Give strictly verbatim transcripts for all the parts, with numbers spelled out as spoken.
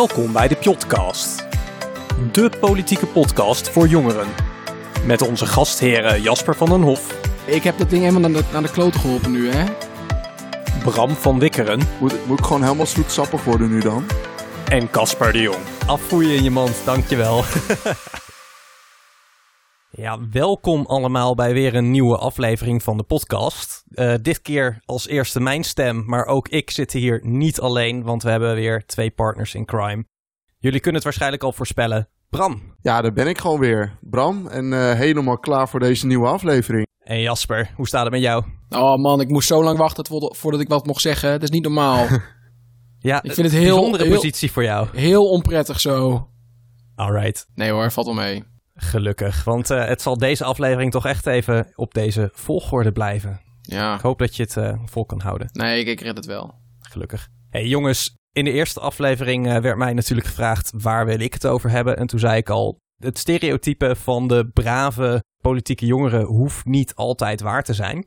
Welkom bij de Pjotcast, de politieke podcast voor jongeren. Met onze gastheren Jasper van den Hof. Ik heb dat ding helemaal naar de, naar de kloten geholpen nu, hè? Bram van Wikkeren. Moet, moet ik gewoon helemaal zoetsappig worden nu dan? En Casper de Jong. Afvoeien in je mand, dankjewel. Ja, welkom allemaal bij weer een nieuwe aflevering van de podcast. Uh, dit keer als eerste mijn stem, maar ook ik zit hier niet alleen, want we hebben weer twee partners in crime. Jullie kunnen het waarschijnlijk al voorspellen. Bram. Ja, daar ben ik gewoon weer. Bram, en uh, helemaal klaar voor deze nieuwe aflevering. En Jasper, hoe staat het met jou? Oh man, ik moest zo lang wachten voordat ik wat mocht zeggen. Dat is niet normaal. Ja, ik vind het heel, bijzondere heel, positie voor jou. Heel onprettig zo. Alright. Nee hoor, valt wel mee. Gelukkig, want uh, het zal deze aflevering toch echt even op deze volgorde blijven. Ja. Ik hoop dat je het uh, vol kan houden. Nee, ik, ik red het wel. Gelukkig. Hey jongens, in de eerste aflevering uh, werd mij natuurlijk gevraagd waar wil ik het over hebben. En toen zei ik al, het stereotype van de brave politieke jongeren hoeft niet altijd waar te zijn.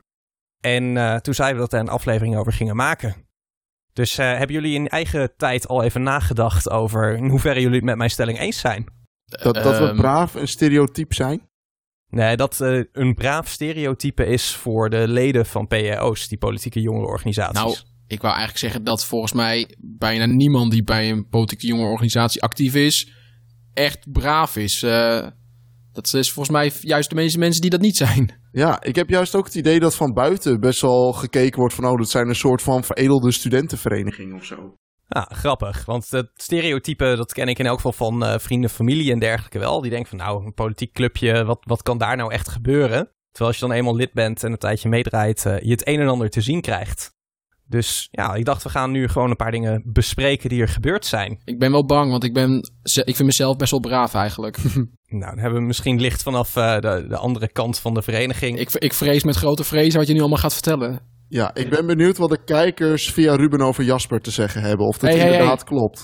En uh, toen zeiden we dat we er een aflevering over gingen maken. Dus uh, hebben jullie in eigen tijd al even nagedacht over in hoeverre jullie het met mijn stelling eens zijn? Dat, dat we braaf een stereotype zijn? Nee, dat uh, een braaf stereotype is voor de leden van P J O's, die politieke jongerenorganisaties. Nou, ik wou eigenlijk zeggen dat volgens mij bijna niemand die bij een politieke jongerenorganisatie actief is, echt braaf is. Uh, dat is volgens mij juist de meeste mensen die dat niet zijn. Ja, ik heb juist ook het idee dat van buiten best wel gekeken wordt van, oh, dat zijn een soort van veredelde studentenvereniging of zo. Ja, grappig. Want het stereotype, dat ken ik in elk geval van uh, vrienden, familie en dergelijke wel. Die denken van, nou, een politiek clubje, wat, wat kan daar nou echt gebeuren? Terwijl als je dan eenmaal lid bent en een tijdje meedraait, uh, je het een en ander te zien krijgt. Dus ja, ik dacht, we gaan nu gewoon een paar dingen bespreken die er gebeurd zijn. Ik ben wel bang, want ik, ben, ik vind mezelf best wel braaf eigenlijk. Nou, dan hebben we misschien licht vanaf uh, de, de andere kant van de vereniging. Ik, ik vrees met grote vrezen wat je nu allemaal gaat vertellen. Ja, ik ben benieuwd wat de kijkers via Ruben over Jasper te zeggen hebben. Of dat hey, hey, inderdaad hey. klopt.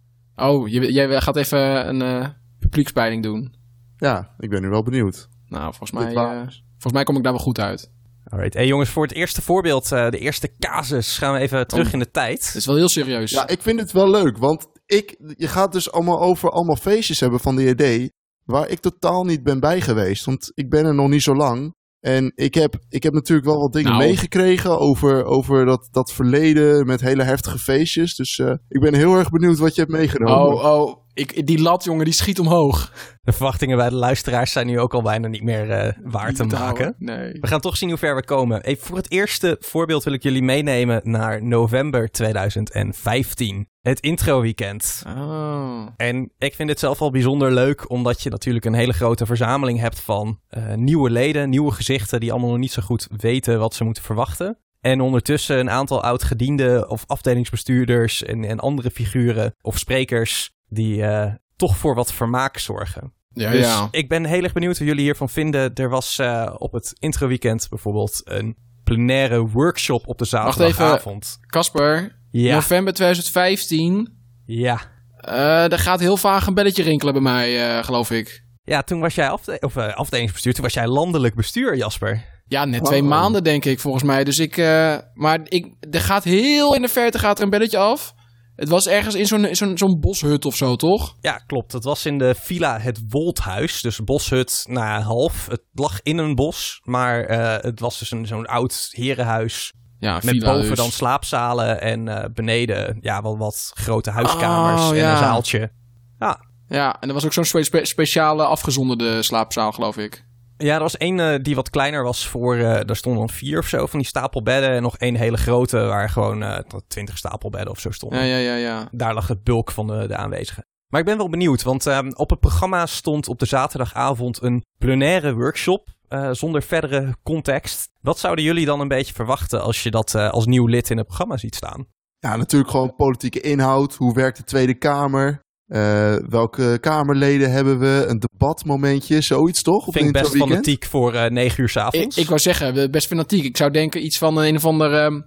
Oh, jij gaat even een uh, publiekspeiling doen. Ja, ik ben nu wel benieuwd. Nou, volgens mij, uh, volgens mij kom ik daar wel goed uit. Alright. Hey jongens, voor het eerste voorbeeld, uh, de eerste casus, gaan we even terug oh. in de tijd. Dat is wel heel serieus. Ja, ik vind het wel leuk, want ik, je gaat dus allemaal over allemaal feestjes hebben van de I D, waar ik totaal niet ben bij geweest. Want ik ben er nog niet zo lang. En ik heb, ik heb natuurlijk wel wat dingen nou. meegekregen over, over dat, dat verleden met hele heftige feestjes. Dus uh, ik ben heel erg benieuwd wat je hebt meegenomen. Oh, oh. Ik, die lat, jongen, die schiet omhoog. De verwachtingen bij de luisteraars zijn nu ook al bijna niet meer uh, waar niet te maken. Nee. We gaan toch zien hoe ver we komen. Hey, voor het eerste voorbeeld wil ik jullie meenemen naar november tweeduizend vijftien. Het introweekend. Oh. En ik vind dit zelf al bijzonder leuk, omdat je natuurlijk een hele grote verzameling hebt van uh, nieuwe leden, nieuwe gezichten die allemaal nog niet zo goed weten wat ze moeten verwachten. En ondertussen een aantal oud-gedienden of afdelingsbestuurders en, en andere figuren of sprekers die uh, toch voor wat vermaak zorgen. Ja, dus ja. ik ben heel erg benieuwd wat jullie hiervan vinden. Er was uh, op het introweekend bijvoorbeeld een plenaire workshop op de zaterdagavond. Casper, ja. november tweeduizend vijftien. Ja. Uh, er gaat heel vaag een belletje rinkelen bij mij, uh, geloof ik. Ja, toen was jij afde- of, uh, afdelingsbestuur, toen was jij landelijk bestuur, Jasper. Ja, net twee oh. maanden denk ik volgens mij. Dus ik, uh, maar ik, er gaat heel in de verte gaat er een belletje af. Het was ergens in zo'n, zo'n, zo'n boshut of zo, toch? Ja, klopt. Het was in de villa Het Woldhuis. Dus boshut, nou half. Het lag in een bos, maar uh, het was dus een, zo'n oud herenhuis. Ja, met boven dus. dan slaapzalen en uh, beneden ja, wel wat grote huiskamers oh, en ja. een zaaltje. Ja. Ja, en er was ook zo'n spe- speciale afgezonderde slaapzaal, geloof ik. Ja, er was één uh, die wat kleiner was voor, uh, daar stonden dan vier of zo van die stapelbedden. En nog één hele grote waar gewoon uh, twintig stapelbedden of zo stonden. Ja, ja, ja, ja. Daar lag het bulk van de, de aanwezigen. Maar ik ben wel benieuwd, want uh, op het programma stond op de zaterdagavond een plenaire workshop. Uh, zonder verdere context. Wat zouden jullie dan een beetje verwachten als je dat uh, als nieuw lid in het programma ziet staan? Ja, natuurlijk gewoon politieke inhoud. Hoe werkt de Tweede Kamer? Uh, welke Kamerleden hebben we? Een debatmomentje, zoiets toch? Vind ik best fanatiek voor uh, negen uur 's avonds. Ik, ik wou zeggen, best fanatiek. Ik zou denken iets van een of ander um,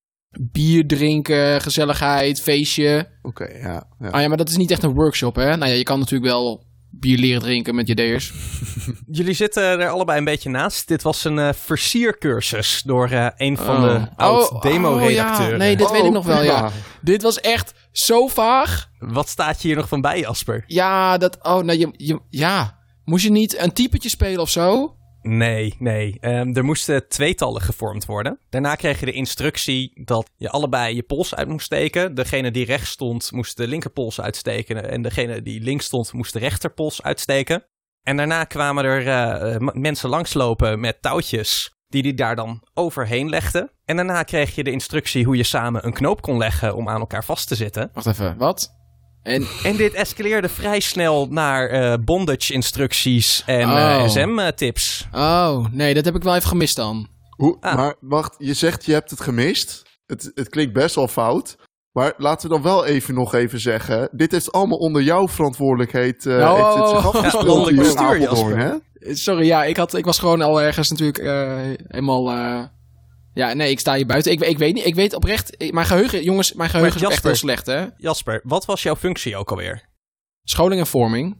bier drinken, gezelligheid, feestje. Oké, okay, ja, ja. Ah ja, maar dat is niet echt een workshop, hè? Nou ja, je kan natuurlijk wel bier leren drinken met J D'ers. Jullie zitten er allebei een beetje naast. Dit was een uh, versiercursus door uh, een van oh. de oud-demo-redacteuren. Oh, ja. Nee, dit oh, weet ik nog wel, prima. ja. Dit was echt zo vaag. Wat staat je hier nog van bij, Jasper? Ja, dat... Oh, nou, je, je, ja. Moest je niet een typetje spelen of zo? Nee, nee. Um, er moesten tweetallen gevormd worden. Daarna kreeg je de instructie dat je allebei je pols uit moest steken. Degene die rechts stond moest de linkerpols uitsteken. En degene die links stond moest de rechterpols uitsteken. En daarna kwamen er uh, m- mensen langslopen met touwtjes die die daar dan overheen legden. En daarna kreeg je de instructie hoe je samen een knoop kon leggen om aan elkaar vast te zitten. Wacht even, wat? En, en dit escaleerde vrij snel naar uh, bondage-instructies en oh. uh, S M-tips. Oh, nee, dat heb ik wel even gemist dan. Hoe, Ah. Maar wacht, je zegt je hebt het gemist. Het, het klinkt best wel fout. Maar laten we dan wel even nog even zeggen. Dit is allemaal onder jouw verantwoordelijkheid. Uh, Oh, heeft het zich oh, oh. afgespeeld Ja, landelijk hier in bestuur, Apeldoorn, Jasper. hè? Sorry, ja, ik, had, ik was gewoon al ergens natuurlijk uh, helemaal... Uh... Ja, nee, ik sta hier buiten. Ik, ik weet niet, ik weet oprecht... Ik, mijn geheugen, jongens, mijn geheugen Maar is echt Jasper- heel slecht, hè? Jasper, wat was jouw functie ook alweer? Scholing en vorming.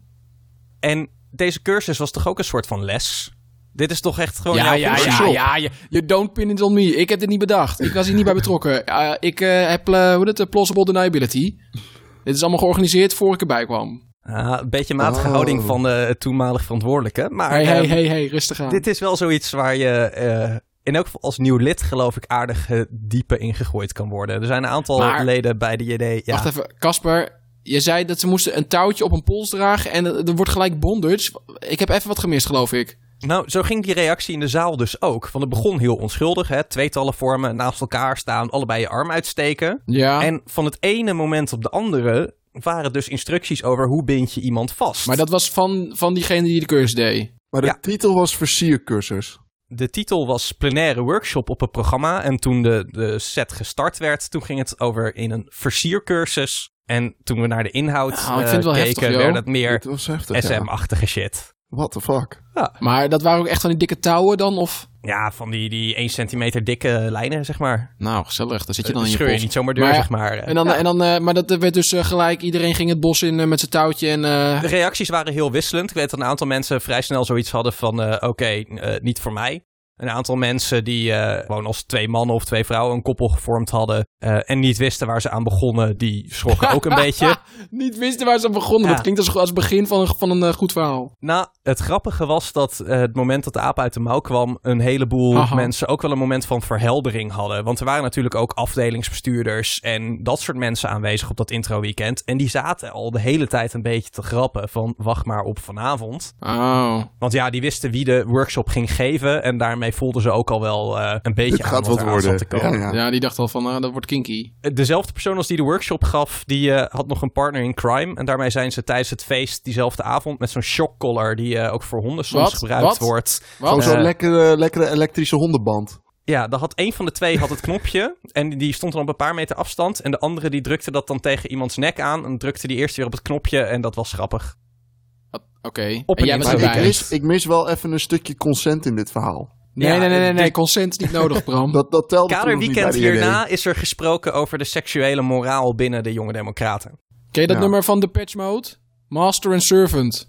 En deze cursus was toch ook een soort van les? Dit is toch echt gewoon Ja, jouw ja, functie? ja, ja, ja. You don't pin it on me. Ik heb dit niet bedacht. Ik was hier niet bij betrokken. Uh, ik uh, heb, uh, hoe heet het, plausible deniability. Dit is allemaal georganiseerd voor ik erbij kwam. Ah, een beetje matige Oh. houding van de toenmalig verantwoordelijke. Maar Hey, hey, ehm, hey, hey, rustig aan. dit is wel zoiets waar je uh, in elk geval als nieuw lid, geloof ik, aardig uh, diepe ingegooid kan worden. Er zijn een aantal Maar- leden bij de J D. Ja. Wacht even, Casper. Je zei dat ze moesten een touwtje op een pols dragen en er er wordt gelijk bondage. Ik heb even wat gemist, geloof ik. Nou, zo ging die reactie in de zaal dus ook. Van het begon heel onschuldig, hè? Tweetallen vormen, naast elkaar staan, allebei je arm uitsteken. Ja. En van het ene moment op de andere waren dus instructies over hoe bind je iemand vast. Maar dat was van, van diegene die de cursus deed. Maar de Ja. titel was versiercursus. De titel was plenaire workshop op het programma. En toen de, de set gestart werd, toen ging het over in een versiercursus. En toen we naar de inhoud Nou, ik uh, vind het wel keken, heftig, joh. werd het meer Het was heftig, S ja. M-achtige shit. What the fuck? Maar dat waren ook echt van die dikke touwen dan? Of? Ja, van die, die één centimeter dikke lijnen, zeg maar. Nou, gezellig. Daar zit je dan Uh, in je scheur je pols. niet zomaar door, Maar- zeg maar. Uh, En dan, ja. en dan, uh, maar dat werd dus uh, gelijk, iedereen ging het bos in uh, met zijn touwtje en... Uh... De reacties waren heel wisselend. Ik weet dat een aantal mensen vrij snel zoiets hadden van... Uh, Oké, okay, uh, niet voor mij. Een aantal mensen die uh, gewoon als twee mannen of twee vrouwen een koppel gevormd hadden... Uh, en niet wisten waar ze aan begonnen, die schrokken ook een beetje. Niet wisten waar ze aan begonnen. Ja. Dat klinkt als, als het begin van een, van een uh, goed verhaal. Nou, het grappige was dat uh, het moment dat de aap uit de mouw kwam... een heleboel Aha. mensen ook wel een moment van verheldering hadden. Want er waren natuurlijk ook afdelingsbestuurders... en dat soort mensen aanwezig op dat intro-weekend. En die zaten al de hele tijd een beetje te grappen van... wacht maar op vanavond. Oh. Want ja, die wisten wie de workshop ging geven... en daarmee voelden ze ook al wel uh, een beetje Dit aan gaat wat wat eraan zat worden. te komen. Ja, ja. Ja, die dacht al van, uh, dat wordt kinky. Dezelfde persoon als die de workshop gaf, die uh, had nog een partner in crime. En daarmee zijn ze tijdens het feest diezelfde avond met zo'n shock collar... die uh, ook voor honden soms Wat? gebruikt Wat? wordt. Gewoon Wat? zo'n Eh, lekkere, lekkere elektrische hondenband. Ja, dan had een van de twee had het knopje en die stond dan op een paar meter afstand. En de andere die drukte dat dan tegen iemands nek aan en drukte die eerst weer op het knopje en dat was grappig. Oké. Okay. Op En een jij was Maar intro ik erbij. mis, ik mis wel even een stukje consent in dit verhaal. Nee, Ja, nee, nee, nee, nee. dit- Consent is niet nodig, Bram. Dat, dat telde toen nog niet bij Kaderweekend de J D. hierna is er gesproken over de seksuele moraal binnen de Jonge Democraten. Ken je dat Ja. nummer van The Patch Mode? Master and Servant.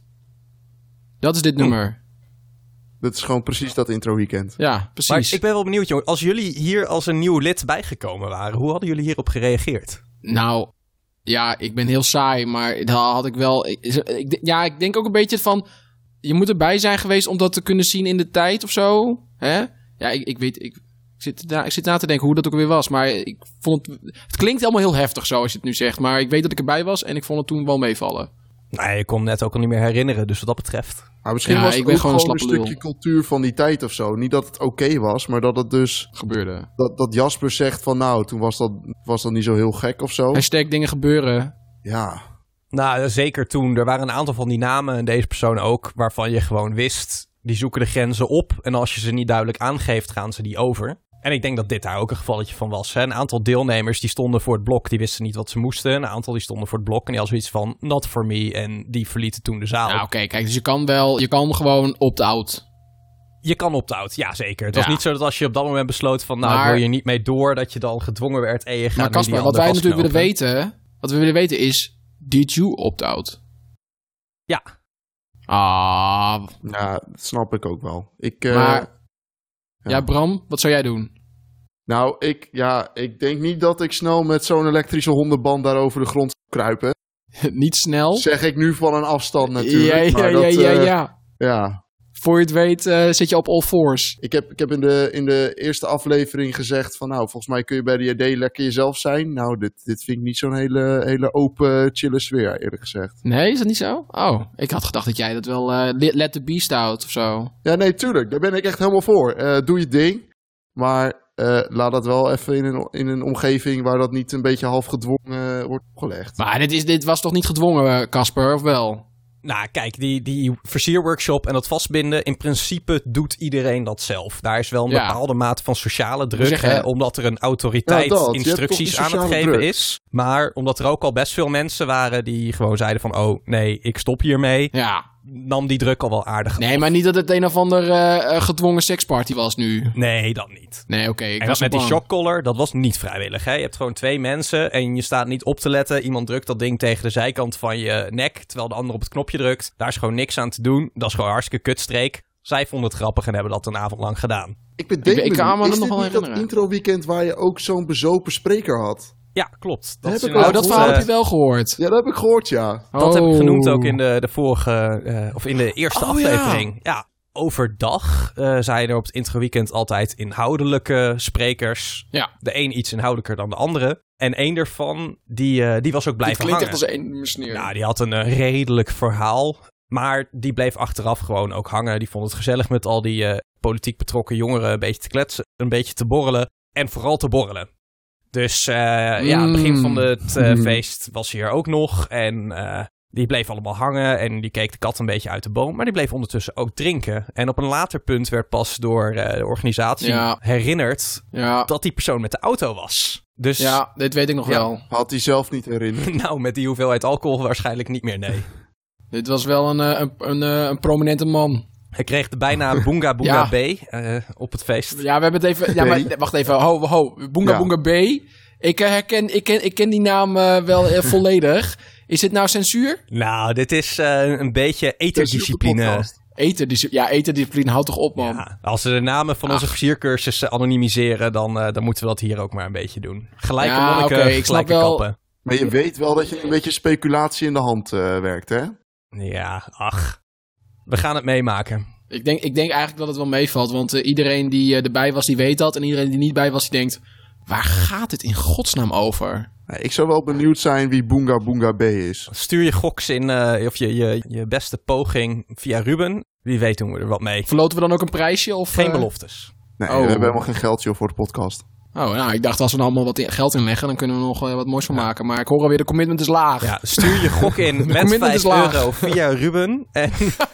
Dat is dit nummer. Dat is gewoon precies dat intro weekend. Ja, Maar precies. ik ben wel benieuwd, jongen. Als jullie hier als een nieuw lid bijgekomen waren, hoe hadden jullie hierop gereageerd? Nou, ja, ik ben heel saai, maar daar had ik wel... Ik, ik- ja, ik denk ook een beetje van... Je moet erbij zijn geweest om dat te kunnen zien in de tijd of zo. Hè? Ja, ik, ik weet... Ik, ik, zit na, ik zit na te denken hoe dat ook weer was. Maar ik vond het... Het klinkt allemaal heel heftig zo als je het nu zegt. Maar ik weet dat ik erbij was en ik vond het toen wel meevallen. Nee, ik kon me net ook al niet meer herinneren, dus wat dat betreft. Maar misschien Ja, was het ik ben ook gewoon gewoon een een slappe stukje cultuur van die tijd of zo. Niet dat het oké was, maar dat het dus... Gebeurde. Dat, dat Jasper zegt van nou, toen was dat, was dat niet zo heel gek of zo. Hashtag dingen gebeuren. Ja, Nou, zeker toen. Er waren een aantal van die namen, en deze persoon ook, waarvan je gewoon wist, die zoeken de grenzen op. En als je ze niet duidelijk aangeeft, gaan ze die over. En ik denk dat dit daar ook een gevalletje van was. Hè? Een aantal deelnemers die stonden voor het blok, die wisten niet wat ze moesten. Een aantal die stonden voor het blok en die hadden zoiets van, not for me. En die verlieten toen de zaal. Nou, oké, kijk, dus je kan wel... Je kan gewoon opt-out. Je kan opt-out, ja zeker. Het was Ja. niet zo dat als je op dat moment besloot van, nou, Maar- ik wil je niet mee door, dat je dan gedwongen werd en je gaat Maar nu die Casper, wat ander wij natuurlijk willen vastknopen. weten... Wat we willen weten is... Did you opt-out? Ja. Ah. Ja, dat snap ik ook wel. Ik, uh, maar, ja. ja, Bram, wat zou jij doen? Nou, ik, ja, ik denk niet dat ik snel met zo'n elektrische hondenband daar over de grond kruipen. Niet snel? Zeg ik nu van een afstand natuurlijk. Ja, ja, maar ja, dat, ja, uh, ja. ja. Voor je het weet uh, zit je op all fours. Ik heb, ik heb in, de, in de eerste aflevering gezegd van nou, volgens mij kun je bij de I D lekker jezelf zijn. Nou, dit, dit vind ik niet zo'n hele, hele open, chille sfeer, eerlijk gezegd. Nee, is dat niet zo? Oh, ik had gedacht dat jij dat wel uh, let the beast out of zo. Ja, nee, tuurlijk. Daar ben ik echt helemaal voor. Uh, doe je ding. Maar uh, laat dat wel even in een, in een omgeving waar dat niet een beetje half gedwongen uh, wordt opgelegd. Maar dit, is, dit was toch niet gedwongen, Casper, of wel? Nou, kijk, die, die versierworkshop en dat vastbinden, in principe doet iedereen dat zelf. Daar is wel een ja. bepaalde mate van sociale druk, zeggen, hè, omdat er een autoriteit ja, instructies aan het geven druk. is. Maar omdat er ook al best veel mensen waren die gewoon zeiden van, oh nee, ik stop hiermee. Ja. Nam die druk al wel aardig Nee, af. maar niet dat het een of ander uh, gedwongen seksparty was nu. Nee, dat niet. Nee, oké. Okay, en dat met die shockcollar, dat was niet vrijwillig. Hè? Je hebt gewoon twee mensen en je staat niet op te letten. Iemand drukt dat ding tegen de zijkant van je nek, terwijl de ander op het knopje drukt. Daar is gewoon niks aan te doen. Dat is gewoon hartstikke kutstreek. Zij vonden het grappig en hebben dat een avond lang gedaan. Ik bedenk ik, ik kan me is nog wel dit herinneren. niet dat intro-weekend waar je ook zo'n bezopen spreker had? Ja, klopt. Dat, heb is ik oh, dat verhaal uh, heb je wel gehoord. Ja, dat heb ik gehoord, ja. Dat oh. heb ik genoemd ook in de, de vorige, uh, of in de eerste oh, aflevering. Ja, ja overdag uh, zijn er op het introweekend altijd inhoudelijke sprekers. Ja. De een iets inhoudelijker dan de andere. En één daarvan, die, uh, die was ook blijven klinkt hangen. echt als een mesneer. Nou, die had een uh, redelijk verhaal. Maar die bleef achteraf gewoon ook hangen. Die vond het gezellig met al die uh, politiek betrokken jongeren een beetje te kletsen. Een beetje te borrelen. En vooral te borrelen. Dus uh, mm. ja, aan het begin van het uh, feest was hij er ook nog. En uh, die bleef allemaal hangen. En die keek de kat een beetje uit de boom. Maar die bleef ondertussen ook drinken. En op een later punt werd pas door uh, de organisatie ja. herinnerd ja. dat die persoon met de auto was. Dus, ja, dit weet ik nog ja, wel. Had hij zelf niet herinnerd. Nou, met die hoeveelheid alcohol waarschijnlijk niet meer, nee. Dit was wel een, een, een, een prominente man. Hij kreeg de bijna Boonga Boonga ja. B uh, op het feest. Ja, we hebben het even... Ja, maar wacht even. Ho, ho. Boonga ja. Boonga B. Ik herken... Ik ken, ik ken die naam uh, wel uh, volledig. Is dit nou censuur? Nou, dit is uh, een beetje eterdiscipline. Eterdiscipline. Ja, eterdiscipline. Houd toch op, man. Ja, als we de namen van Ach. onze versiercursussen anonymiseren, dan, uh, dan moeten we dat hier ook maar een beetje doen. Gelijke ja, monniken, okay, gelijke wel... kappen. Maar je weet wel dat je een beetje speculatie in de hand uh, werkt, hè? Ja, ach. We gaan het meemaken. Ik denk, ik denk eigenlijk dat het wel meevalt. Want uh, iedereen die uh, erbij was, die weet dat. En iedereen die niet bij was, die denkt... Waar gaat het in godsnaam over? Ik zou wel benieuwd zijn wie Boonga Boonga B is. Stuur je goks in, uh, of je, je, je beste poging via Ruben. Wie weet doen we er wat mee. Verloten we dan ook een prijsje? Of, Geen uh... beloftes. Nee, oh. we hebben helemaal geen geldje voor de podcast. Oh, nou, ik dacht als we er allemaal wat geld in leggen, dan kunnen we nog uh, wat moois van ja. maken. Maar ik hoor alweer, de commitment is laag. Ja, stuur je gok in met vijf euro via Ruben. En...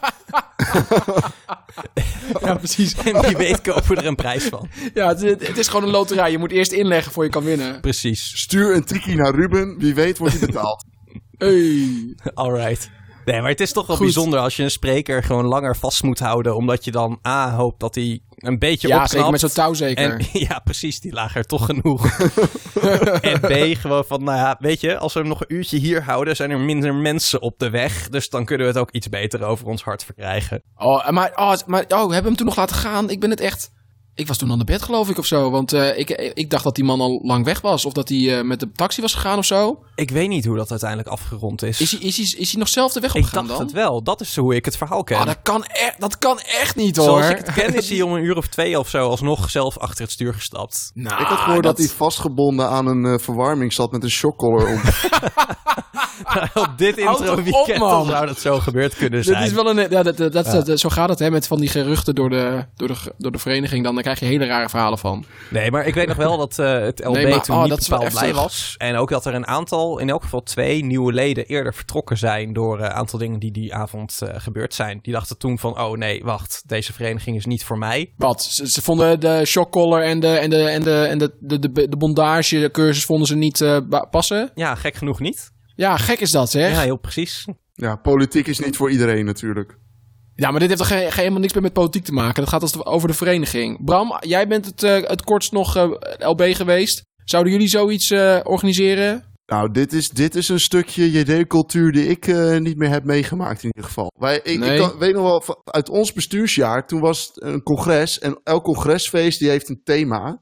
ja, precies. En wie weet kopen we er een prijs van. Ja, het, het is gewoon een loterij. Je moet eerst inleggen voor je kan winnen. Precies. Stuur een tikkie naar Ruben. Wie weet wordt hij betaald. Hey. Alright. Nee, maar het is toch wel Goed. bijzonder als je een spreker gewoon langer vast moet houden. Omdat je dan A, hoopt dat hij een beetje ja, opknapt. Ja, zeker met zo'n touw zeker. En, ja, precies. Die lagen er toch genoeg. En B, gewoon van, nou ja, weet je, als we hem nog een uurtje hier houden, zijn er minder mensen op de weg. Dus dan kunnen we het ook iets beter over ons hart verkrijgen. Oh, maar, oh, maar oh, hebben we hem toen nog laten gaan? Ik ben het echt... Ik was toen aan de bed, geloof ik, of zo. Want uh, ik, ik dacht dat die man al lang weg was. Of dat hij uh, met de taxi was gegaan of zo. Ik weet niet hoe dat uiteindelijk afgerond is. Is hij, is hij, is hij nog zelf de weg opgegaan dan? Ik dacht dan? het wel. Dat is hoe ik het verhaal ken. Oh, dat kan echt, dat kan echt niet, hoor. Zoals ik het ken is hij om een uur of twee of zo alsnog zelf achter het stuur gestapt. Nou, ik had gehoord dat... dat hij vastgebonden aan een uh, verwarming zat met een shockcollar om. Nou, op dit intro weekend op, zou dat zo gebeurd kunnen zijn. Dat is wel een, ja, dat, dat, dat, ja. dat, zo gaat het, hè, met van die geruchten door de, door de, door de vereniging. Dan, dan krijg je hele rare verhalen van. Nee, maar ik weet nog wel dat uh, het L B nee, maar, toen oh, niet bepaald blij was. En ook dat er een aantal, in elk geval twee nieuwe leden eerder vertrokken zijn door een uh, aantal dingen die die avond uh, gebeurd zijn. Die dachten toen van, oh nee, wacht, deze vereniging is niet voor mij. Wat? Ze, ze vonden de shockcollar en de, en de, en de, en de, de, de, de bondagecursus vonden ze niet uh, passen? Ja, gek genoeg niet. Ja, gek is dat, hè? Ja, heel precies. Ja, politiek is niet voor iedereen natuurlijk. Ja, maar dit heeft toch ge- ge- helemaal niks meer met politiek te maken. Dat gaat als over de vereniging. Bram, jij bent het, uh, het kortst nog uh, L B geweest. Zouden jullie zoiets uh, organiseren? Nou, dit is, dit is een stukje J D-cultuur die ik uh, niet meer heb meegemaakt in ieder geval. Wij, ik, nee. ik kan, weet nog wel, uit ons bestuursjaar, toen was het een congres. En elk congresfeest die heeft een thema.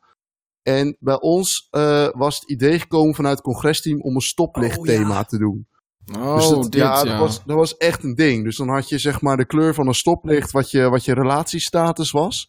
En bij ons uh, was het idee gekomen vanuit het congresteam om een stoplichtthema oh, ja. te doen. Oh, dus dat, dit, ja, ja. Dat, was, dat was echt een ding. Dus dan had je zeg maar de kleur van een stoplicht wat je, wat je relatiestatus was.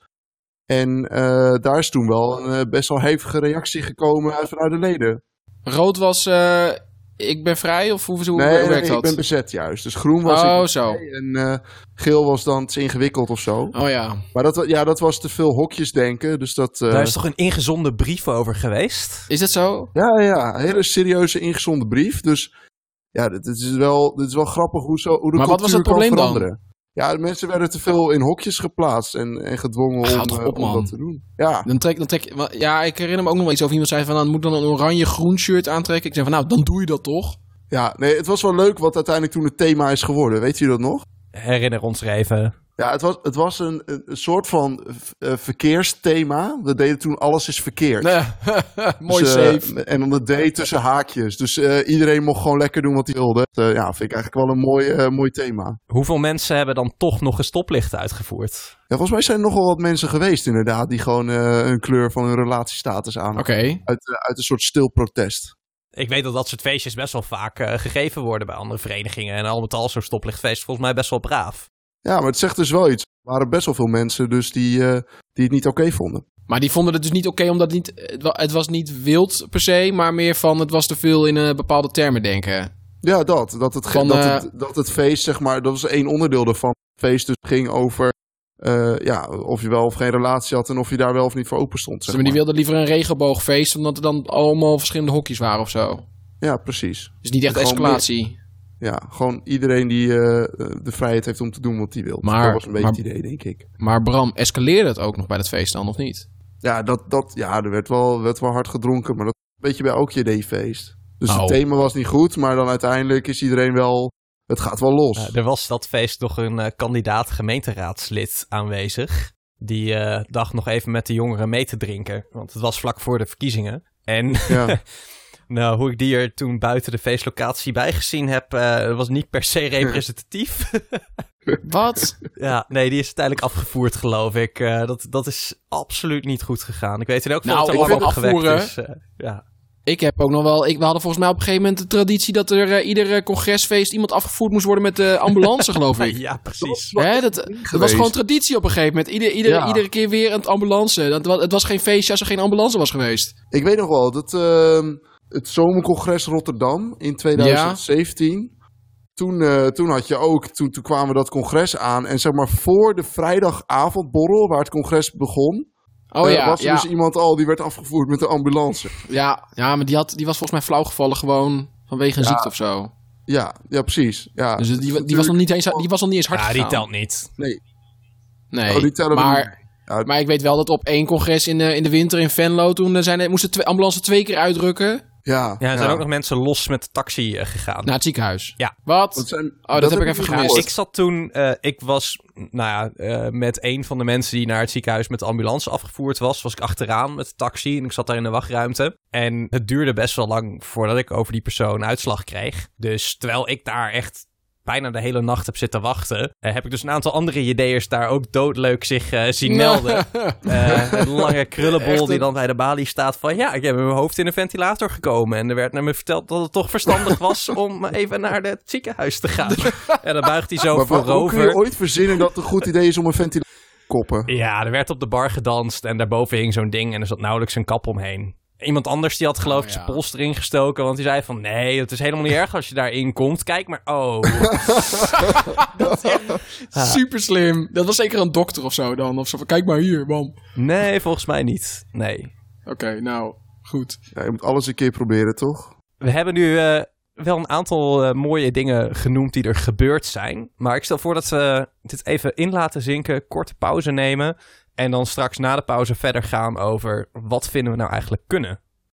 En uh, daar is toen wel een uh, best wel hevige reactie gekomen vanuit de leden. Rood was, uh, ik ben vrij of hoe, hoe nee, werkt nee, dat? ik ben bezet juist. Dus groen was oh, ik zo. en uh, geel was dan te ingewikkeld of zo. Oh ja. Maar dat, ja, dat was te veel hokjes denken. Dus dat, uh... Daar is toch een ingezonden brief over geweest? Is dat zo? Ja, ja, een hele serieuze ingezonden brief. Dus ja, dit, dit, is, wel, dit is wel grappig hoe, zo, hoe de maar cultuur wat was het probleem kan veranderen. Dan? Ja, de mensen werden te veel in hokjes geplaatst en, en gedwongen Ach, om, op, om dat te doen. Ja. Dan trek, dan trek, ja, ik herinner me ook nog wel iets over iemand zei van, nou, moet dan een oranje-groen shirt aantrekken. Ik zei van, nou, dan doe je dat toch? Ja, nee, het was wel leuk wat uiteindelijk toen het thema is geworden. Weet je dat nog? Herinner ons er even. Ja, het was, het was een, een soort van uh, verkeersthema. We deden toen alles is verkeerd. Nee. Mooi dus, safe. Uh, en dan de D tussen haakjes. Dus uh, iedereen mocht gewoon lekker doen wat hij wilde. Uh, ja, vind ik eigenlijk wel een mooi, uh, mooi thema. Hoeveel mensen hebben dan toch nog een stoplicht uitgevoerd? Ja, volgens mij zijn er nogal wat mensen geweest inderdaad. Die gewoon uh, een kleur van hun relatiestatus aan. Oké. Okay. Uit, uh, uit een soort stil protest. Ik weet dat dat soort feestjes best wel vaak uh, gegeven worden bij andere verenigingen. En al met al zo'n stoplichtfeest volgens mij best wel braaf. Ja, maar het zegt dus wel iets. Er waren best wel veel mensen dus die, uh, die het niet oké okay vonden. Maar die vonden het dus niet oké okay, omdat het niet... Het was niet wild per se, maar meer van het was te veel in uh, bepaalde termen denken. Ja, dat. Dat het, van, dat, uh, het, dat het feest, zeg maar, dat was één onderdeel ervan. Het feest dus ging over uh, ja, of je wel of geen relatie had en of je daar wel of niet voor open stond. Zeg dus maar die wilden liever een regenboogfeest, omdat er dan allemaal verschillende hokjes waren of zo. Ja, precies. Dus niet echt escalatie. Meer, ja, gewoon iedereen die uh, de vrijheid heeft om te doen wat hij wil. Maar, dat was een beetje maar, het idee, denk ik. Maar Bram, escaleerde het ook nog bij dat feest dan, of niet? Ja, dat, dat, ja er werd wel, werd wel hard gedronken, maar dat weet je bij elk J D-feest. Dus oh. Het thema was niet goed, maar dan uiteindelijk is iedereen wel... Het gaat wel los. Uh, er was dat feest nog een uh, kandidaat gemeenteraadslid aanwezig. Die uh, dacht nog even met de jongeren mee te drinken. Want het was vlak voor de verkiezingen. En ja. nou, hoe ik die er toen buiten de feestlocatie bij gezien heb... Uh, was niet per se representatief. Wat? Ja, nee, die is uiteindelijk afgevoerd, geloof ik. Uh, dat, dat is absoluut niet goed gegaan. Ik weet in elk geval nou, dat er ik vind opgewekt is. Uh, ja. Ik heb ook nog wel... Ik, we hadden volgens mij op een gegeven moment de traditie... dat er uh, ieder uh, congresfeest iemand afgevoerd moest worden met de ambulance, geloof ik. Ja, precies. Hè, dat, dat was gewoon traditie op een gegeven moment. Ieder, ieder, ja. Iedere keer weer een ambulance. Dat, het was geen feestje als er geen ambulance was geweest. Ik weet nog wel, dat, uh, het Zomercongres Rotterdam in twintig zeventien... Ja. Toen, uh, toen had je ook, toen, toen kwamen we dat congres aan. En zeg maar voor de vrijdagavondborrel, waar het congres begon... Oh uh, ja, was er ja. dus iemand al die werd afgevoerd met de ambulance. Ja, ja maar die, had, die was volgens mij flauw gevallen gewoon vanwege een ja. ziekte of zo. Ja, ja precies. Ja. Dus die, die, die, was nog niet eens, die was nog niet eens hard ja, gegaan. die telt niet. Nee. Nee, oh, die tellen maar, ja. maar ik weet wel dat op één congres in de, in de winter in Venlo... toen zijn, moesten de ambulance twee keer uitrukken... Ja, ja, er zijn ja. ook nog mensen los met de taxi uh, gegaan. Naar het ziekenhuis? Ja. Wat? Dat zijn, oh, dat, dat heb ik even gemist. Ik zat toen, uh, ik was, nou ja, uh, met een van de mensen die naar het ziekenhuis met de ambulance afgevoerd was, was ik achteraan met de taxi en ik zat daar in de wachtruimte. En het duurde best wel lang voordat ik over die persoon uitslag kreeg. Dus terwijl ik daar echt bijna de hele nacht heb zitten wachten, uh, heb ik dus een aantal andere J D'ers daar ook doodleuk zich uh, zien melden. uh, een lange krullenbol die dan bij de balie staat van ja, ik heb met mijn hoofd in een ventilator gekomen. En er werd naar me verteld dat het toch verstandig was om even naar het ziekenhuis te gaan. En dan buigt hij zo maar voorover. Hoe kun je ooit verzinnen dat het een goed idee is om een ventilator te koppen? Ja, er werd op de bar gedanst en daarboven hing zo'n ding en er zat nauwelijks een kap omheen. Iemand anders die had geloof ik oh, ja. zijn pols erin gestoken. Want die zei van nee, het is helemaal niet erg als je daarin komt. Kijk maar, oh. dat is echt super slim. Dat was zeker een dokter of zo dan. Of zo van, kijk maar hier, bam. Nee, volgens mij niet. Nee. Oké, okay, nou, goed. Ja, je moet alles een keer proberen, toch? We hebben nu uh, wel een aantal uh, mooie dingen genoemd die er gebeurd zijn. Maar ik stel voor dat we dit even in laten zinken. Korte pauze nemen. En dan straks na de pauze verder gaan over wat vinden we nou eigenlijk kunnen.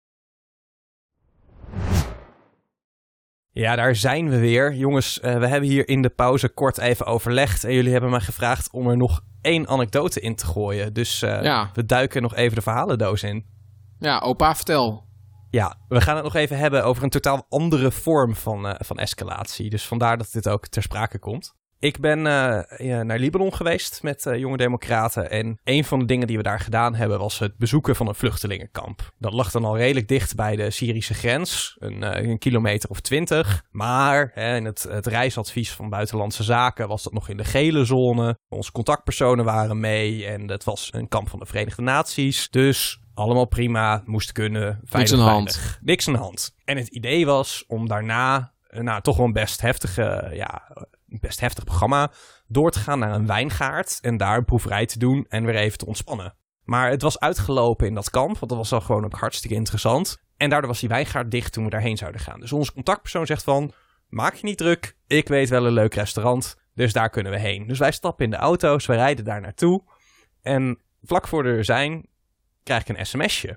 Ja, daar zijn we weer. Jongens, uh, we hebben hier in de pauze kort even overlegd. En jullie hebben mij gevraagd om er nog één anekdote in te gooien. Dus uh, ja. we duiken nog even de verhalendoos in. Ja, opa, vertel. Ja, we gaan het nog even hebben over een totaal andere vorm van, uh, van escalatie. Dus vandaar dat dit ook ter sprake komt. Ik ben uh, ja, naar Libanon geweest met uh, jonge democraten. En een van de dingen die we daar gedaan hebben was het bezoeken van een vluchtelingenkamp. Dat lag dan al redelijk dicht bij de Syrische grens, een, uh, een kilometer of twintig. Maar hè, in het, het reisadvies van Buitenlandse Zaken was dat nog in de gele zone. Onze contactpersonen waren mee en het was een kamp van de Verenigde Naties. Dus allemaal prima, moest kunnen, veilig, Niks aan de hand. veilig. Niks aan de hand. En het idee was om daarna, nou toch wel een best heftige, ja, best heftig programma, door te gaan naar een wijngaard en daar een proeverij te doen en weer even te ontspannen. Maar het was uitgelopen in dat kamp, want dat was dan gewoon ook hartstikke interessant. En daardoor was die wijngaard dicht toen we daarheen zouden gaan. Dus onze contactpersoon zegt van, maak je niet druk, ik weet wel een leuk restaurant, dus daar kunnen we heen. Dus wij stappen in de auto's, wij rijden daar naartoe en vlak voor we er zijn, krijg ik een sms'je.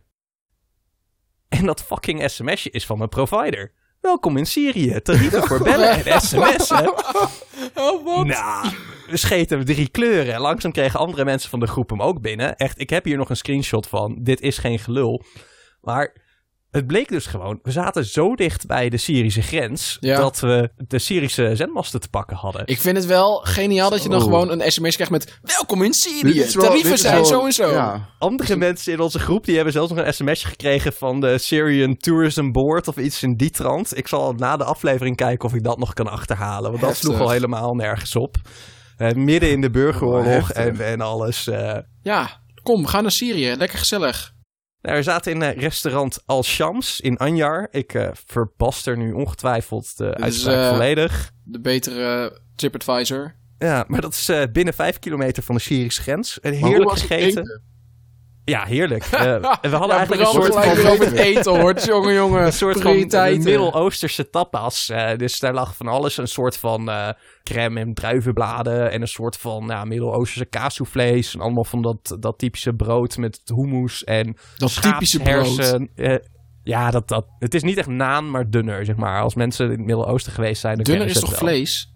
En dat fucking sms'je is van mijn provider. Welkom in Syrië, tarieven voor bellen en sms'en. Oh, wat? Nou, we scheten drie kleuren. Langzaam kregen andere mensen van de groep hem ook binnen. Echt, ik heb hier nog een screenshot van. Dit is geen gelul. Maar het bleek dus gewoon, we zaten zo dicht bij de Syrische grens, ja, dat we de Syrische zendmasten te pakken hadden. Ik vind het wel geniaal dat je dan Oh. gewoon een sms krijgt met welkom in Dit Syrië, is wel- tarieven dit is zijn wel- zo en zo. Ja. Andere mensen in onze groep, die hebben zelfs nog een sms'je gekregen van de Syrian Tourism Board of iets in die trant. Ik zal na de aflevering kijken of ik dat nog kan achterhalen, want dat Heftig. sloeg al helemaal nergens op. Uh, midden in de burgeroorlog Heftig. en, en alles. Uh, Ja, kom, ga naar Syrië, lekker gezellig. Nou, we zaten in uh, restaurant Al Shams in Anjar. Ik uh, verbaster nu ongetwijfeld de is, uitspraak uh, volledig. De betere TripAdvisor. Ja, maar dat is uh, binnen vijf kilometer van de Syrische grens. En Maar hoe heerlijk was het gegeten. eten? Ja, heerlijk. Uh, en we hadden Ja, eigenlijk een Bram soort gelijk van... weer over het eten hoort, jongen, jongen. Een soort van Prioriteiten. Midden-Oosterse tapas. Uh, dus daar lag van alles. Een soort van uh, crème en druivenbladen. En een soort van ja, Midden-Oosterse kaassoufflés. En allemaal van dat, dat typische brood met hummus en Dat typische brood. schaapshersen. Uh, ja, dat, dat, het is niet echt naan, maar dunner, zeg maar. Als mensen in het Midden-Oosten geweest zijn, dan Dunner kennen is ze toch het wel. vlees?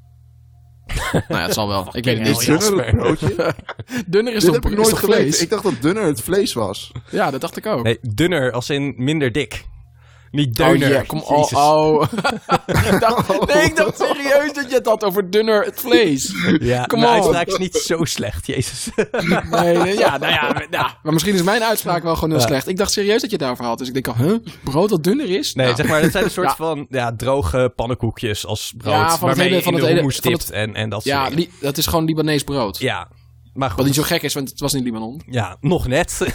Nou ja, het zal wel. Ik weet het hell, niet. ja. Dunner het broodje? Dunner is Dit toch, heb ik is nooit toch geweten. vlees? Ik dacht dat dunner het vlees was. Ja, dat dacht ik ook. Nee, dunner als in minder dik. Niet Oh dunner. ja, kom, oh, Jezus. oh. Ik dacht- nee, ik dacht serieus dat je het had over dunner het vlees. Ja, Come mijn on. uitspraak is niet zo slecht, jezus. Nee, nee, ja, nou ja, ja, maar misschien is mijn uitspraak wel gewoon heel Ja. slecht. Ik dacht serieus dat je het daarover had. Dus ik denk al, huh? Brood dat dunner is? Nee, Nou, zeg maar, het zijn een soort Ja. van ja, droge pannenkoekjes als brood. Ja, van het waarmee hele- je van in het de hele- hummus van het- dipt en, en dat soort Ja, dingen. li- dat is gewoon Libanees brood. Ja, maar goed. Wat niet zo gek is, want het was niet Libanon. Ja, nog net.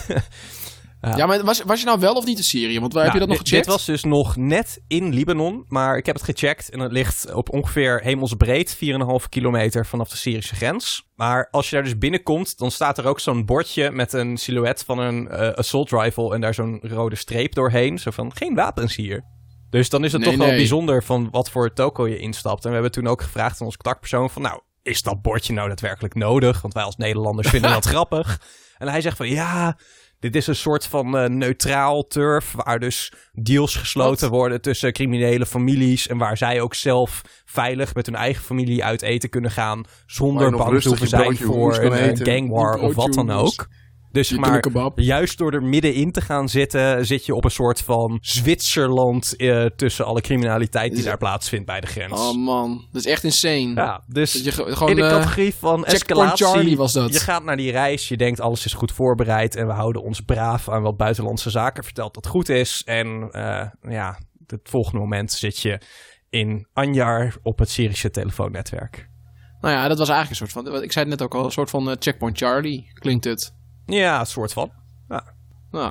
Ja. Ja, maar was, was je nou wel of niet in Syrië? Want waar Ja, heb je dat nog dit- gecheckt? Dit was dus nog net in Libanon, maar ik heb het gecheckt en het ligt op ongeveer hemelsbreed, vier komma vijf kilometer vanaf de Syrische grens. Maar als je daar dus binnenkomt, dan staat er ook zo'n bordje met een silhouet van een uh, assault rifle en daar zo'n rode streep doorheen. Zo van, geen wapens hier. Dus dan is het Nee, toch wel nee. bijzonder van wat voor toko je instapt. En we hebben toen ook gevraagd aan onze contactpersoon van, nou, is dat bordje nou daadwerkelijk nodig? Want wij als Nederlanders vinden dat grappig. En hij zegt van, ja, dit is een soort van uh, neutraal turf, waar dus deals gesloten Wat? worden tussen criminele families en waar zij ook zelf veilig met hun eigen familie uit eten kunnen gaan, Waar zonder je nog bang te rustig hoeven je zijn broodje voor hummus kan een, een eten. gangwar Je of wat dan broodje hummus. ook. Dus Je maar kebab. juist door er middenin te gaan zitten, zit je op een soort van Zwitserland uh, tussen alle criminaliteit die Is- daar plaatsvindt bij de grens. Oh man, dat is echt insane. Ja, dus Dat je ge- gewoon, in de eh, categorie van Checkpoint escalatie. Charlie was dat. Je gaat naar die reis, je denkt alles is goed voorbereid en we houden ons braaf aan wat buitenlandse zaken vertelt dat goed is. En uh, ja, het volgende moment zit je in Anjar op het Syrische telefoonnetwerk. Nou ja, dat was eigenlijk een soort van, ik zei het net ook al, een soort van uh, Checkpoint Charlie, klinkt het. Ja, een soort van. Nou,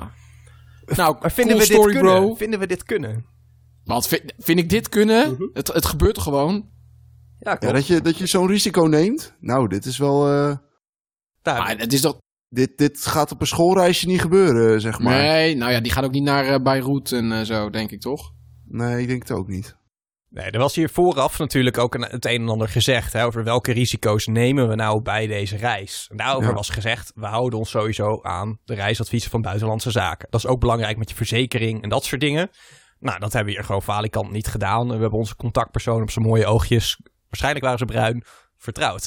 nou Maar vinden, cool we story, dit kunnen? bro. vinden we dit kunnen? Wat, vind, vind ik dit kunnen? Mhm. het, het gebeurt toch gewoon? Ja, Ja, klopt. dat je, dat je zo'n risico neemt. Nou, dit is wel... eh, Nou, Maar het is toch... dit, dit gaat op een schoolreisje niet gebeuren, zeg maar. Nee, Nee, nou ja, die gaan ook niet naar uh, Beirut en uh, zo, denk ik toch? ik denk het ook niet. Nee, er was hier vooraf natuurlijk ook een, het een en ander gezegd. Hè, over welke risico's nemen we nou bij deze reis. En daarover Ja. was gezegd, we houden ons sowieso aan de reisadviezen van Buitenlandse Zaken. Dat is ook belangrijk met je verzekering en dat soort dingen. Nou, dat hebben we hier gewoon falikant niet gedaan. We hebben onze contactpersoon op zijn mooie oogjes, waarschijnlijk waren ze bruin, vertrouwd.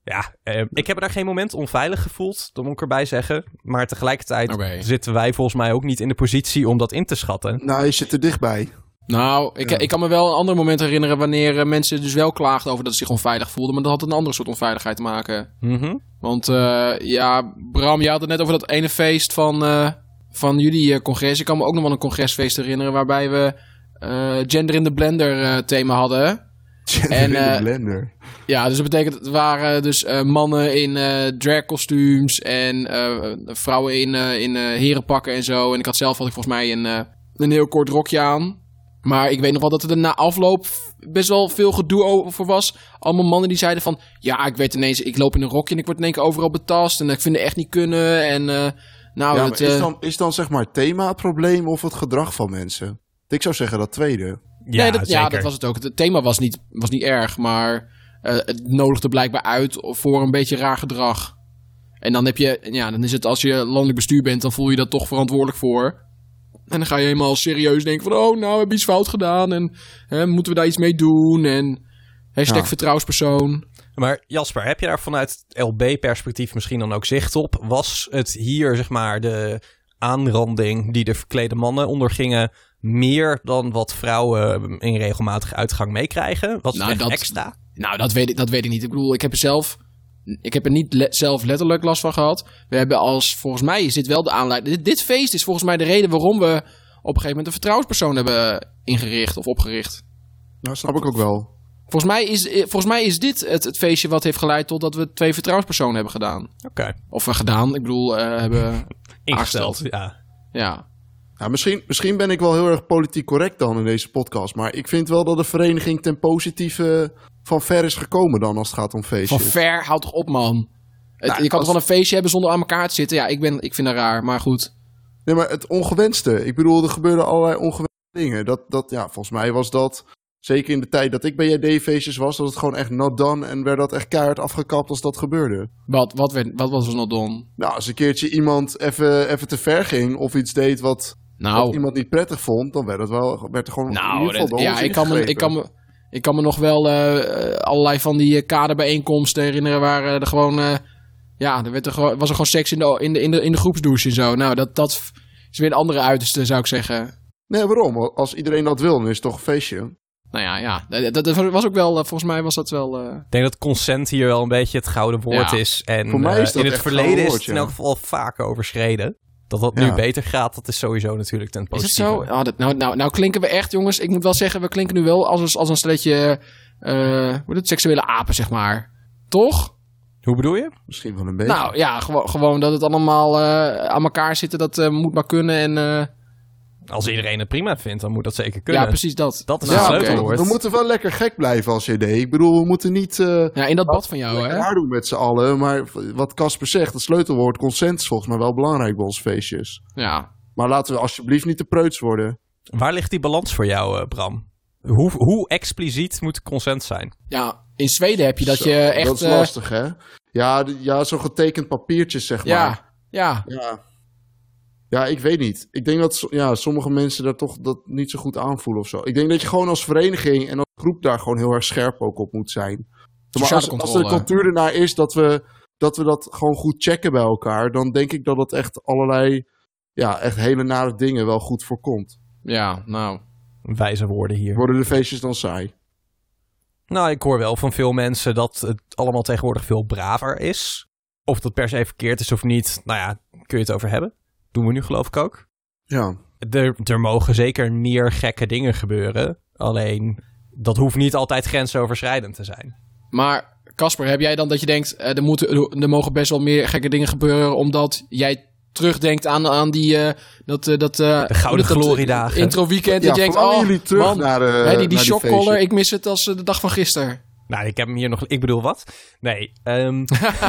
Ja, uh, ik heb me daar geen moment onveilig gevoeld, dat moet ik erbij zeggen. Maar tegelijkertijd okay. zitten wij volgens mij ook niet in de positie om dat in te schatten. Nou, je zit er dichtbij. Nou, ik, ja. ik kan me wel een ander moment herinneren wanneer uh, mensen dus wel klaagden over dat ze zich onveilig voelden. Maar dat had een andere soort onveiligheid te maken. Mm-hmm. Want uh, ja, Bram, je had het net over dat ene feest van, uh, van jullie uh, congres. Ik kan me ook nog wel een congresfeest herinneren waarbij we uh, Gender in the Blender uh, thema hadden. Gender en, in uh, the Blender. Ja, dus dat betekent, het waren dus uh, mannen in uh, dragkostuums en uh, vrouwen in, uh, in uh, herenpakken en zo. En ik had zelf had ik volgens mij een, uh, een heel kort rokje aan. Maar ik weet nog wel dat er na afloop best wel veel gedoe over was. Allemaal mannen die zeiden van... Ja, ik weet ineens, ik loop in een rokje en ik word in één keer overal betast. En ik vind het echt niet kunnen. En uh, nou, ja, het, is, uh, dan, is dan zeg maar het thema het probleem of het gedrag van mensen? Ik zou zeggen dat tweede. Ja, nee, dat, ja, zeker. dat was het ook. Het thema was niet, was niet erg, maar uh, het nodigde blijkbaar uit voor een beetje raar gedrag. En dan heb je, ja, dan is het als je landelijk bestuur bent, dan voel je dat toch verantwoordelijk voor. En dan ga je helemaal serieus denken van, oh, nou, heb je iets fout gedaan en hè, moeten we daar iets mee doen en hashtag ja. vertrouwenspersoon. Maar Jasper, heb je daar vanuit L B-perspectief misschien dan ook zicht op? Was het hier, zeg maar, de aanranding die de verklede mannen ondergingen meer dan wat vrouwen in regelmatige uitgang meekrijgen? Was het Nou, echt dat- extra? Nou, dat weet ik, dat weet ik niet. Ik bedoel, ik heb er zelf, ik heb er niet le- zelf letterlijk last van gehad. We hebben als, volgens mij is dit wel de aanleiding. Dit, dit feest is volgens mij de reden waarom we op een gegeven moment een vertrouwenspersoon hebben ingericht of opgericht. Nou, snap ik ook wel. Volgens mij is, volgens mij is dit het, het feestje wat heeft geleid tot dat we twee vertrouwenspersonen hebben gedaan. Oké, Of we gedaan, ik bedoel, uh, hebben ingesteld. aangesteld. Ja. Ja. Ja, misschien, misschien ben ik wel heel erg politiek correct dan in deze podcast. Maar ik vind wel dat de vereniging ten positieve van ver is gekomen dan als het gaat om feestjes. Van ver, houd toch op, man. Het, Nou, je kan als- toch wel een feestje hebben zonder aan elkaar te zitten? Ja, ik, ben, ik vind dat raar, maar goed. Nee, maar het ongewenste. Ik bedoel, er gebeurden allerlei ongewenste dingen. Dat, dat, ja, volgens mij was dat, zeker in de tijd dat ik bij J D-feestjes was, dat het gewoon echt not done en werd dat echt keihard afgekapt als dat gebeurde. Wat, wat, werd, wat was er nog dan? Nou, als een keertje iemand even, even te ver ging of iets deed wat, Nou, wat iemand niet prettig vond, dan werd, het wel, werd er gewoon in Nou, ieder geval dat- bij ons ja, ik kan, me, ik, ingegrepen. kan me, ik kan me nog wel uh, allerlei van die uh, kaderbijeenkomsten herinneren waar uh, er gewoon... Uh, ja, er werd er gewoon, was er gewoon seks in de, in de, in de, in de groepsdouche en zo. Nou, dat, dat is weer een andere uiterste, zou ik zeggen. Nee, waarom? Als iedereen dat wil, dan is het toch een feestje. Nou ja, ja. Dat, dat was ook wel... Uh, volgens mij was dat wel... Uh... Ik denk dat consent hier wel een beetje het gouden woord Ja. is. En Voor mij is uh, dat in het echt verleden gouden is woord, het in ja. elk geval vaak overschreden. Dat dat Ja. nu beter gaat, dat is sowieso natuurlijk ten Is het positieve. zo? Oh, dat, nou, nou, nou klinken we echt, jongens. Ik moet wel zeggen, we klinken nu wel als een, als een stelletje... Uh, hoe heet het? Seksuele apen, zeg maar. Toch? Hoe bedoel je? Misschien wel een beetje. Nou ja, gewo- gewoon dat het allemaal uh, aan elkaar zitten. Dat uh, moet maar kunnen. En uh, Als iedereen het prima vindt, dan moet dat zeker kunnen. ja, precies dat. Dat is Nou, het oké. sleutelwoord. we moeten wel lekker gek blijven als J D. Ik bedoel, we moeten niet uh, Ja, in dat bad van jou, lekker hè? raar doen met z'n allen. Maar wat Casper zegt, het sleutelwoord consent is volgens mij wel belangrijk bij onze feestjes. Ja. Maar laten we alsjeblieft niet te preuts worden. Waar ligt die balans voor jou, uh, Bram? Hoe, hoe expliciet moet consent zijn? Ja, in Zweden heb je dat Zo, je echt... Dat is uh, lastig, hè? Ja, d- ja zo'n getekend papiertje, zeg maar. ja, ja. Ja. Ja, ik weet niet. Ik denk dat so- ja, sommige mensen daar toch dat niet zo goed aanvoelen of zo. Ik denk dat je gewoon als vereniging en als groep daar gewoon heel erg scherp ook op moet zijn. Maar Sociale als, als de controle. cultuur ernaar is dat we, dat we dat gewoon goed checken bij elkaar, dan denk ik dat het echt allerlei, ja, echt hele nare dingen wel goed voorkomt. Ja, nou... Wijze woorden hier. Worden de feestjes dan saai? Nou, ik hoor wel van veel mensen dat het allemaal tegenwoordig veel braver is. Of dat per se verkeerd is of niet, nou ja, kun je het over hebben. Doen we nu geloof ik ook. Ja. Er, er mogen zeker meer gekke dingen gebeuren. Alleen, dat hoeft niet altijd grensoverschrijdend te zijn. Maar, Casper, heb jij dan dat je denkt... Uh, er, moeten, er mogen best wel meer gekke dingen gebeuren... omdat jij terugdenkt aan, aan die... Uh, dat, uh, dat, uh, De gouden dat, gloriedagen. Intro weekend. Ja, dat je denkt, verlangen oh, jullie terug man, naar, uh, hè, die, die naar die shockcollar, feestjes? ik mis het als uh, de dag van gisteren. Nou, ik heb hem hier nog... Ik bedoel, wat? Nee, um,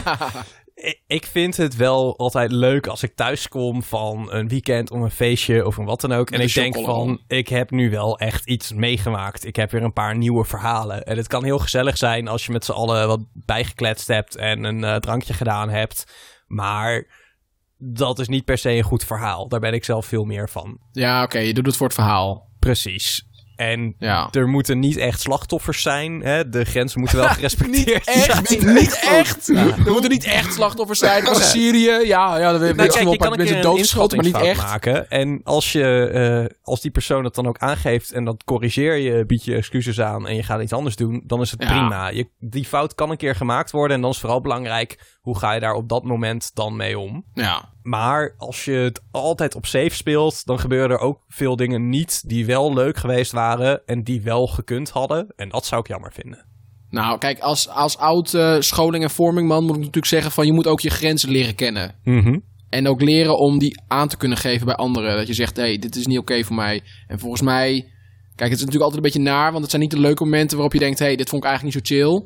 ik, ik vind het wel altijd leuk als ik thuis kom van een weekend of een feestje of een wat dan ook. Met En een ik denk chocola. van, ik heb nu wel echt iets meegemaakt. Ik heb weer een paar nieuwe verhalen. En het kan heel gezellig zijn als je met z'n allen wat bijgekletst hebt en een uh, drankje gedaan hebt. Maar dat is niet per se een goed verhaal. Daar ben ik zelf veel meer van. Ja, oké, okay, je doet het voor het verhaal. Precies. En ja. er moeten niet echt slachtoffers zijn. Hè? De grenzen moeten wel gerespecteerd niet echt, zijn. Niet echt. Ja. Er moeten niet echt slachtoffers zijn. Was Syrië, ja, ja, dan weet nou, je kijk, wel je kan een een mensen keer een doodgeschoten, maar niet echt. maken. En als, je, uh, als die persoon het dan ook aangeeft en dat corrigeer je, bied je excuses aan en je gaat iets anders doen, dan is het ja. prima. Je, die fout kan een keer gemaakt worden en dan is vooral belangrijk, hoe ga je daar op dat moment dan mee om? Ja. Maar als je het altijd op safe speelt, dan gebeuren er ook veel dingen niet die wel leuk geweest waren en die wel gekund hadden. En dat zou ik jammer vinden. Nou, kijk, als, als oud uh, scholing- en vormingman moet ik natuurlijk zeggen van je moet ook je grenzen leren kennen. Mm-hmm. En ook leren om die aan te kunnen geven bij anderen. Dat je zegt, hé, hey, dit is niet oké okay voor mij. En volgens mij, kijk, het is natuurlijk altijd een beetje naar, want het zijn niet de leuke momenten waarop je denkt, hé, hey, dit vond ik eigenlijk niet zo chill.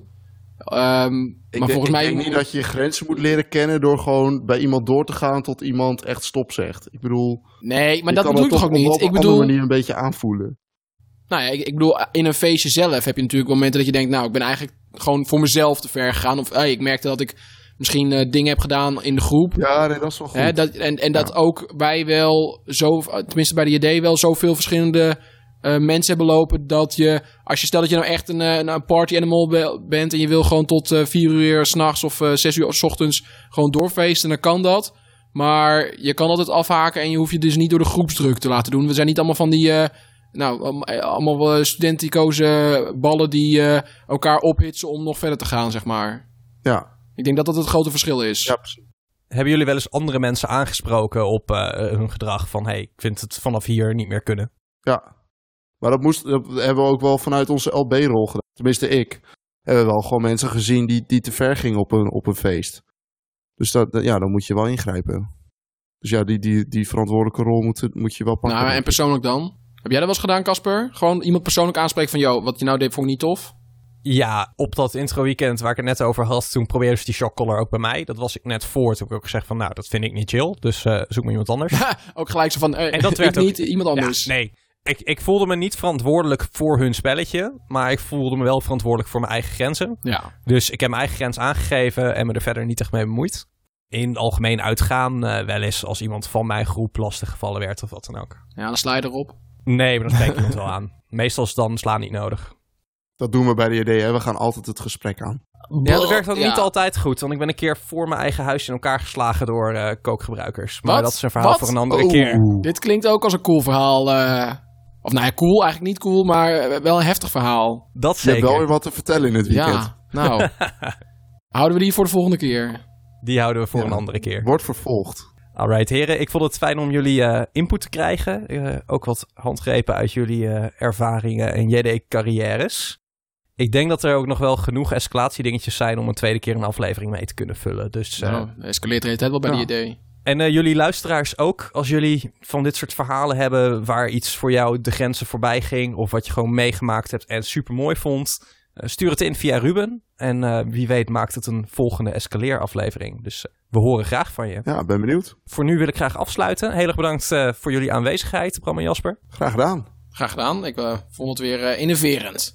Um, ik maar denk, volgens mij... Ik denk niet dat je je grenzen moet leren kennen door gewoon bij iemand door te gaan tot iemand echt stop zegt. Ik bedoel... Nee, maar dat bedoel ik toch ook niet? Op een ik bedoel... andere manier een beetje aanvoelen. Nou ja, ik, ik bedoel, in een feestje zelf heb je natuurlijk momenten dat je denkt, nou, ik ben eigenlijk gewoon voor mezelf te ver gegaan. Of hey, ik merkte dat ik misschien uh, dingen heb gedaan in de groep. Ja, nee, dat is wel goed. Hè, dat, en en ja. dat ook wij wel zo, tenminste bij de J D wel zoveel verschillende uh, mensen hebben lopen, dat je, als je stelt dat je nou echt een, een party animal be- bent en je wil gewoon tot uh, vier uur 's nachts of uh, zes uur 's ochtends gewoon doorfeesten, dan kan dat. Maar je kan altijd afhaken en je hoeft je dus niet door de groepsdruk te laten doen. We zijn niet allemaal van die... Uh, Nou, allemaal studenticoze ballen die uh, elkaar ophitsen om nog verder te gaan, zeg maar. Ja. Ik denk dat dat het grote verschil is. Ja, precies. Hebben jullie wel eens andere mensen aangesproken op uh, hun gedrag van, hey, ik vind het vanaf hier niet meer kunnen? Ja. Maar dat, moest, dat hebben we ook wel vanuit onze L B-rol gedaan. Tenminste, ik. Hebben we wel gewoon mensen gezien die, die te ver gingen op een, op een feest. Dus dat, ja, dan moet je wel ingrijpen. Dus ja, die, die, die verantwoordelijke rol moet, moet je wel pakken. Nou, en persoonlijk dan? Heb jij dat wel eens gedaan, Casper? Gewoon iemand persoonlijk aanspreken van, yo, wat je nou deed vond ik niet tof? Ja, op dat intro-weekend waar ik het net over had, toen probeerde ze die shockcollar ook bij mij. Dat was ik net voor. Toen heb ik ook gezegd van, nou, dat vind ik niet chill. Dus uh, zoek maar iemand anders. Ook gelijk zo van, uh, en dat ik werd ook, niet, iemand anders. Ja, nee, ik, ik voelde me niet verantwoordelijk voor hun spelletje. Maar ik voelde me wel verantwoordelijk voor mijn eigen grenzen. Ja. Dus ik heb mijn eigen grens aangegeven en me er verder niet echt mee bemoeid. In het algemeen uitgaan uh, wel eens als iemand van mijn groep lastig gevallen werd of wat dan ook. Ja, dan sla je erop. Nee, maar dan spreek je het wel aan. Meestal is dan slaan niet nodig. Dat doen we bij de J D, hè. We gaan altijd het gesprek aan. Ja, dat werkt ook ja. niet altijd goed. Want ik ben een keer voor mijn eigen huis in elkaar geslagen door uh, kookgebruikers. Maar Wat? dat is een verhaal Wat? voor een andere Oh. keer. Dit klinkt ook als een cool verhaal. Uh, of nou ja, cool, eigenlijk niet cool, maar wel een heftig verhaal. Dat Je zeker. hebt wel weer wat te vertellen in het weekend. Ja, nou. Houden we die voor de volgende keer? Die houden we voor Ja. een andere keer. Wordt vervolgd. Alright, heren. Ik vond het fijn om jullie uh, input te krijgen. Uh, ook wat handgrepen uit jullie uh, ervaringen en J D-carrières. Ik denk dat er ook nog wel genoeg escalatiedingetjes zijn om een tweede keer een aflevering mee te kunnen vullen. Dus, uh, Nou, escaleert de hele tijd wel bij ja. de J D. En uh, jullie luisteraars ook, als jullie van dit soort verhalen hebben waar iets voor jou de grenzen voorbij ging of wat je gewoon meegemaakt hebt en super mooi vond, uh, stuur het in via Ruben. En uh, wie weet maakt het een volgende escaleeraflevering. Dus uh, we horen graag van je. Ja, ben benieuwd. Voor nu wil ik graag afsluiten. Heel erg bedankt uh, voor jullie aanwezigheid, Bram en Jasper. Graag gedaan. Graag gedaan. Ik uh, vond het weer uh, innoverend.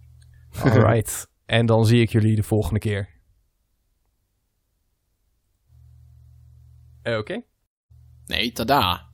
Alright. En dan zie ik jullie de volgende keer. Oké. Okay. Nee, tada.